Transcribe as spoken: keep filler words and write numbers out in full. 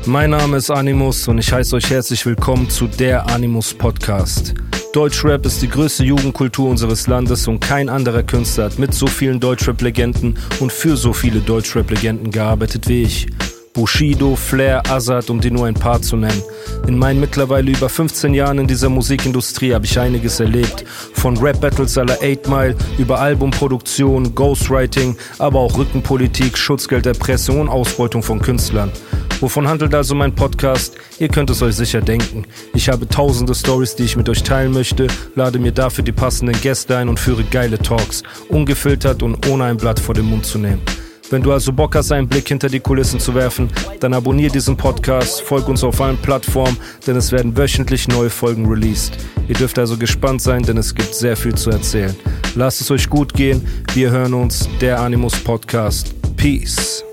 Mein Name ist Animus und ich heiße euch herzlich willkommen zu der Animus Podcast. Deutschrap ist die größte Jugendkultur unseres Landes und kein anderer Künstler hat mit so vielen Deutschrap-Legenden und für so viele Deutschrap-Legenden gearbeitet wie ich. Bushido, Flair, Azad, um dir nur ein paar zu nennen. In meinen mittlerweile über fünfzehn Jahren in dieser Musikindustrie habe ich einiges erlebt. Von Rap-Battles à la eight Mile über Albumproduktion, Ghostwriting, aber auch Rückenpolitik, Schutzgelderpressung und Ausbeutung von Künstlern. Wovon handelt also mein Podcast? Ihr könnt es euch sicher denken. Ich habe tausende Stories, die ich mit euch teilen möchte, lade mir dafür die passenden Gäste ein und führe geile Talks, ungefiltert und ohne ein Blatt vor den Mund zu nehmen. Wenn du also Bock hast, einen Blick hinter die Kulissen zu werfen, dann abonnier diesen Podcast, folg uns auf allen Plattformen, denn es werden wöchentlich neue Folgen released. Ihr dürft also gespannt sein, denn es gibt sehr viel zu erzählen. Lasst es euch gut gehen, wir hören uns, der Animus Podcast. Peace.